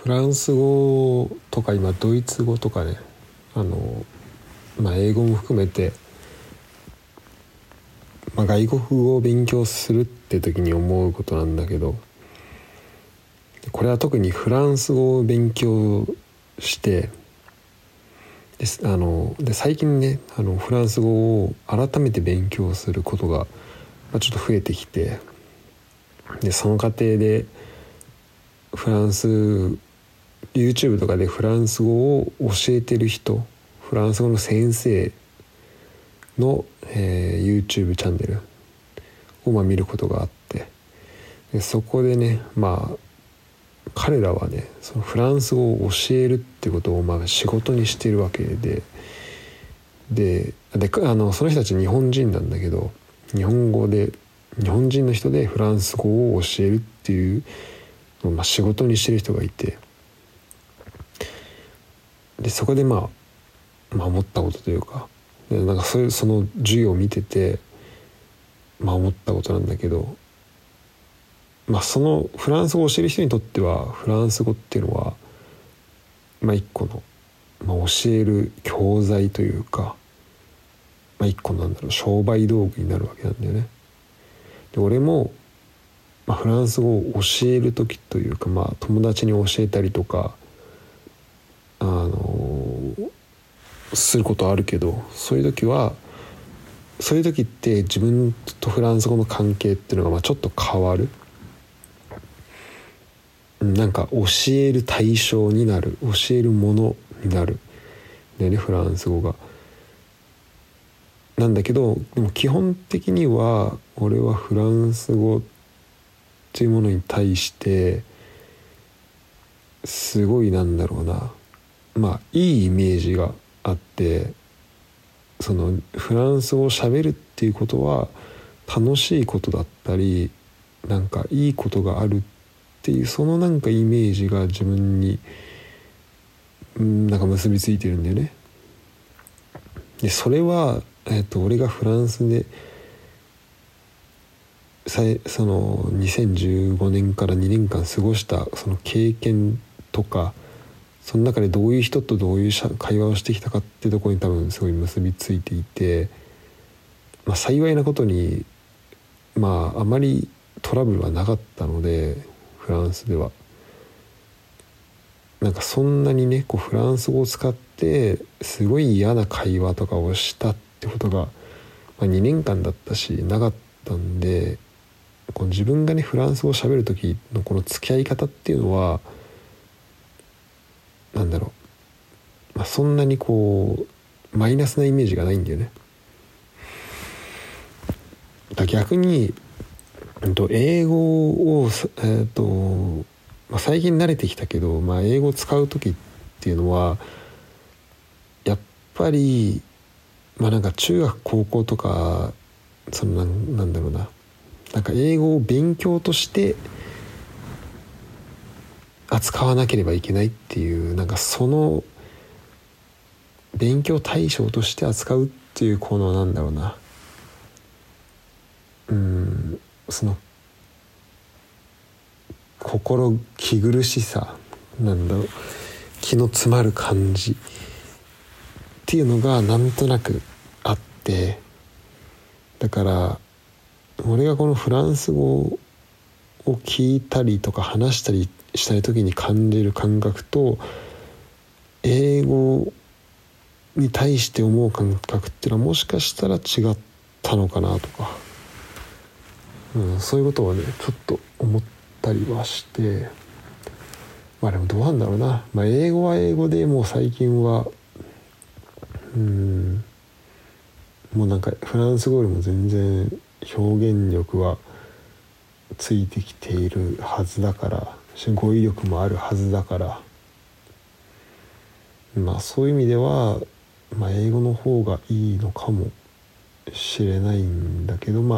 フランス語とか今ドイツ語とかね、英語も含めて、外国語を勉強するって時に思うことなんだけど、これは特にフランス語を勉強してで最近ねフランス語を改めて勉強することがちょっと増えてきて、でその過程でフランス YouTube とかでフランス語を教えてる人、フランス語の先生の、YouTube チャンネルを見ることがあって、でそこでね彼らはねそのフランス語を教えるってことを仕事にしているわけでその人たち日本人なんだけど、日本人の人でフランス語を教えるっていうのを仕事にしてる人がいて、でそこで思ったことというか、でその授業を見てて思ったことなんだけど、そのフランス語を教える人にとってはフランス語っていうのは一個の、教える教材というか、一個の商売道具になるわけなんだよね。で俺も、フランス語を教える時というか、友達に教えたりとかすることあるけど、そういう時って自分とフランス語の関係っていうのがちょっと変わる。教える対象になる、教えるものになるでね、フランス語がなんだけど、でも基本的には俺はフランス語っていうものに対してすごいいいイメージがあって、そのフランス語を喋るっていうことは楽しいことだったりいいことがあるっていう、そのイメージが自分に結びついてるんだよね。でそれは、俺がフランスでその2015年から2年間過ごしたその経験とか、その中でどういう人とどういう会話をしてきたかっていうところに多分すごい結びついていて、幸いなことにあまりトラブルはなかったので、フランスではそんなにねフランス語を使ってすごい嫌な会話とかをしたってことが、2年間だったしなかったんで、自分がねフランス語を喋る時のこの付き合い方っていうのはそんなにマイナスなイメージがないんだよね。逆に英語を最近慣れてきたけど、英語を使う時っていうのはやっぱり中学高校とか英語を勉強として扱わなければいけないっていうその勉強対象として扱うっていうその心気苦しさ気の詰まる感じっていうのがなんとなくあって、だから俺がこのフランス語を聞いたりとか話したりしたい時に感じる感覚と英語に対して思う感覚っていうのはもしかしたら違ったのかなとか、そういうことはねちょっと思ったりはして、でもどうなんだろうな、英語は英語でもう最近はもうフランス語よりも全然表現力はついてきているはずだから、語彙力もあるはずだから、そういう意味では、英語の方がいいのかもしれないんだけど、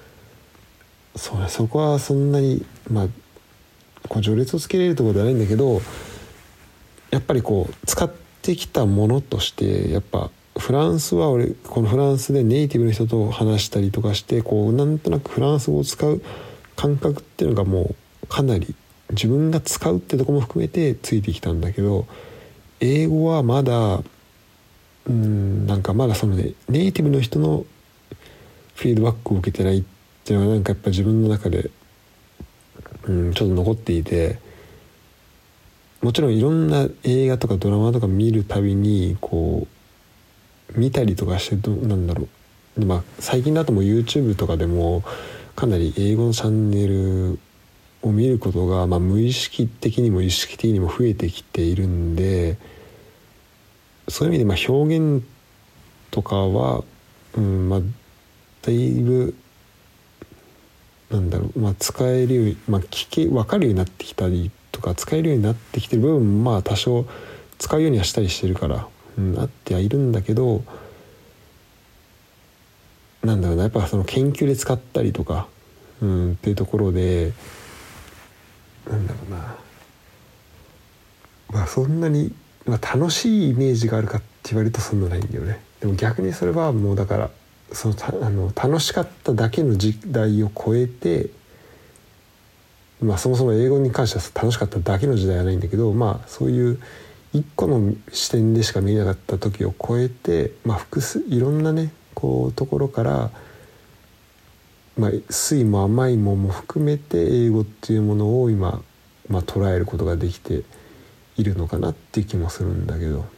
そこはそんなに序列をつけれるところではないんだけど、やっぱり使ってきたものとしてやっぱフランスはこのフランスでネイティブの人と話したりとかしてなんとなくフランス語を使う感覚っていうのがもうかなり自分が使うってとこも含めてついてきたんだけど、英語はまだなんかまだそのねネイティブの人のフィードバックを受けてないっていうのがなんかやっぱ自分の中でちょっと残っていて、もちろんいろんな映画とかドラマとか見るたびにこう見たりとかしてなんだろう、まあ最近だともう YouTube とかでもかなり英語のチャンネルを見ることが、まあ、無意識的にも意識的にも増えてきているんで、そういう意味でまあ表現とかは、まあだいぶなんだろう、まあ、使えるように、まあ、分かるようになってきたりとか使えるようになってきてる部分もまあ多少使うようにはしたりしてるから、あってはいるんだけど、なんだろうな、やっぱその研究で使ったりとか、っていうところでなんだろうな、まあそんなに、まあ、楽しいイメージがあるかって言われるとそんなないんだよね。でも逆にそれはもうだからその楽しかっただけの時代を超えて、まあそもそも英語に関しては楽しかっただけの時代はないんだけど、まあそういう一個の視点でしか見えなかった時を超えて、まあ複数いろんなねこうところから、まあ酸いも甘いも含めて英語っていうものを今、まあ、捉えることができているのかなっていう気もするんだけど、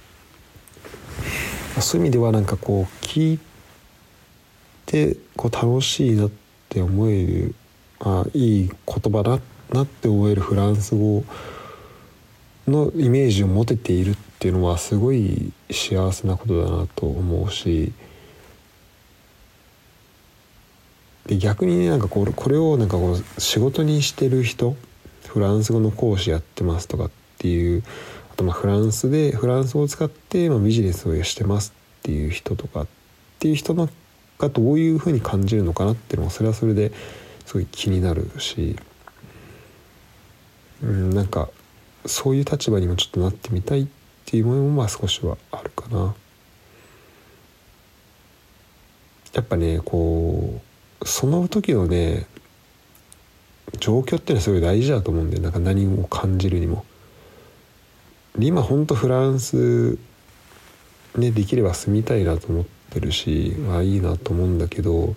そういう意味ではなんかこう聞いてこう楽しいなって思える、いい言葉だなって思えるフランス語のイメージを持てているっていうのはすごい幸せなことだなと思うし、で逆にねなんかこれをなんかこう仕事にしてる人、フランス語の講師やってますとかっていう、あとまあフランス語を使ってビジネスをしてますっていう人とかっていう人のがどういうふうに感じるのかなっていうのもそれはそれですごい気になるし、なんかそういう立場にもちょっとなってみたいっていうものもまあ少しはあるかな。やっぱねこうその時のね状況っていうのはすごい大事だと思うんで、なんか何も感じるにも。で今ほんとフランスねできれば住みたいなと思ってるし、いいなと思うんだけど、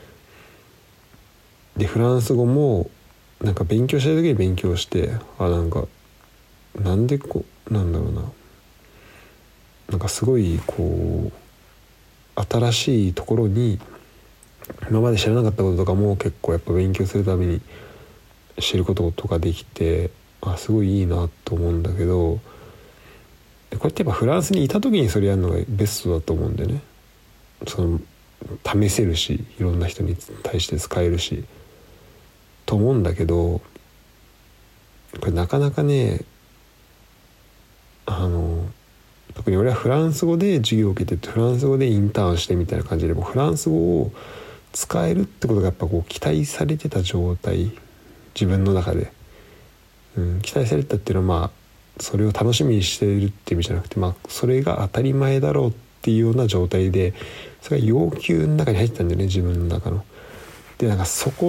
でフランス語もなんか勉強したい時に勉強して、なんかなんでなんだろうな、なんかすごいこう新しいところに今まで知らなかったこととかも結構やっぱ勉強するために知ることとかできて、すごいいいなと思うんだけど、これってやっぱフランスにいた時にそれやるのがベストだと思うんだよね。その試せるしいろんな人に対して使えるしと思うんだけど、これなかなかね特に俺はフランス語で授業を受けてフランス語でインターンしてみたいな感じでもうフランス語を使えるってことがやっぱこう期待されてた状態、自分の中で、期待されてたっていうのはまあそれを楽しみにしているっていう意味じゃなくて、それが当たり前だろうっていうような状態で、それが要求の中に入ってたんだよね、自分の中の。でなんかそこ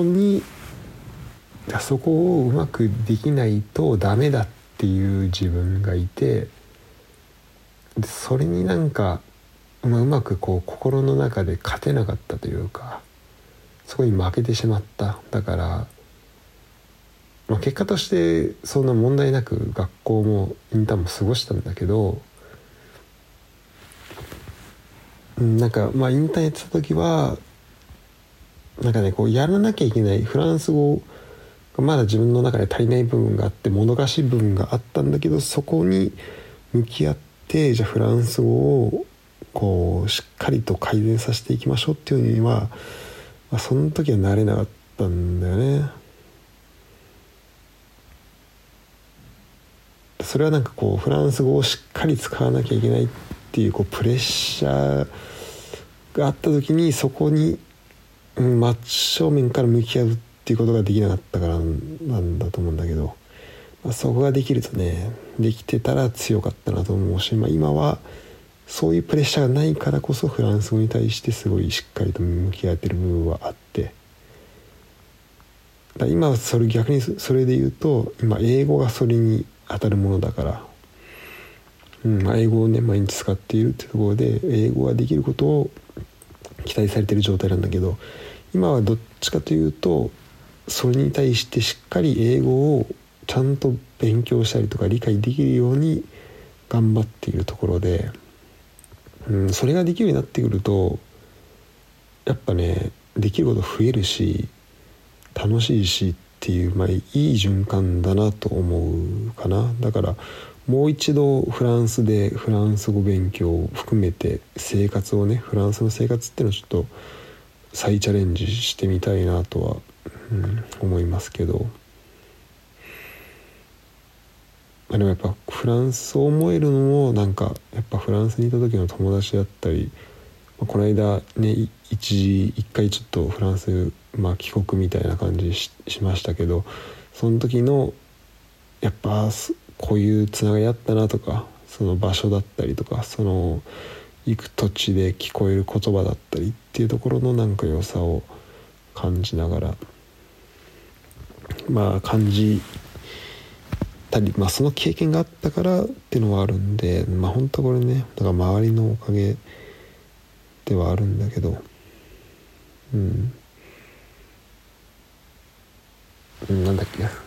をうまくできないとダメだっていう自分がいて、でそれになんかうまくこう心の中で勝てなかったというか、そこに負けてしまった。だから、結果としてそんな問題なく学校もインターンも過ごしたんだけど、なんかインターンやってた時はなんかねこうやらなきゃいけないフランス語がまだ自分の中で足りない部分があってもどかしい部分があったんだけど、そこに向き合ってじゃあフランス語をこうしっかりと改善させていきましょうっていうには、その時はなれなかったんだよね。それはなんかこうフランス語をしっかり使わなきゃいけないっていうプレッシャーがあった時にそこに真正面から向き合うっていうことができなかったからなんだと思うんだけど、そこができるとねできてたら強かったなと思うし、今はそういうプレッシャーがないからこそフランス語に対してすごいしっかりと向き合ってる部分はあって、 今は逆にそれで言うと今英語がそれに当たるものだから、英語をね毎日使っているっていうところで英語ができることを期待されている状態なんだけど、今はどっちかというとそれに対してしっかり英語をちゃんと勉強したりとか理解できるように頑張っているところで、それができるようになってくるとやっぱねできること増えるし楽しいしっていう、いい循環だなと思うかな。だからもう一度フランスでフランス語勉強を含めて生活をねフランスの生活っていうのをちょっと再チャレンジしてみたいなとは、思いますけど、でもやっぱフランスを思えるのもなんかやっぱフランスにいた時の友達だったり、この間ね一回ちょっとフランス、帰国みたいな感じ しましたけど、その時のやっぱこういうつながりあったなとか、その場所だったりとかその行く土地で聞こえる言葉だったりっていうところのなんか良さを感じながら感じたり、その経験があったからっていうのはあるんで、本当これねだから周りのおかげではあるんだけど、なんだっけ、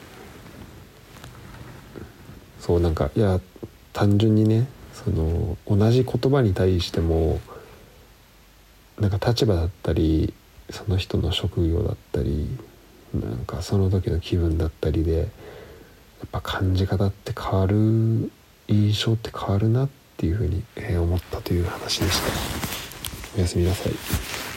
そうなんかいや単純にねその同じ言葉に対してもなんか立場だったりその人の職業だったりなんかその時の気分だったりでやっぱ感じ方って変わる、印象って変わるなっていうふうに思ったという話でした。おやすみなさい。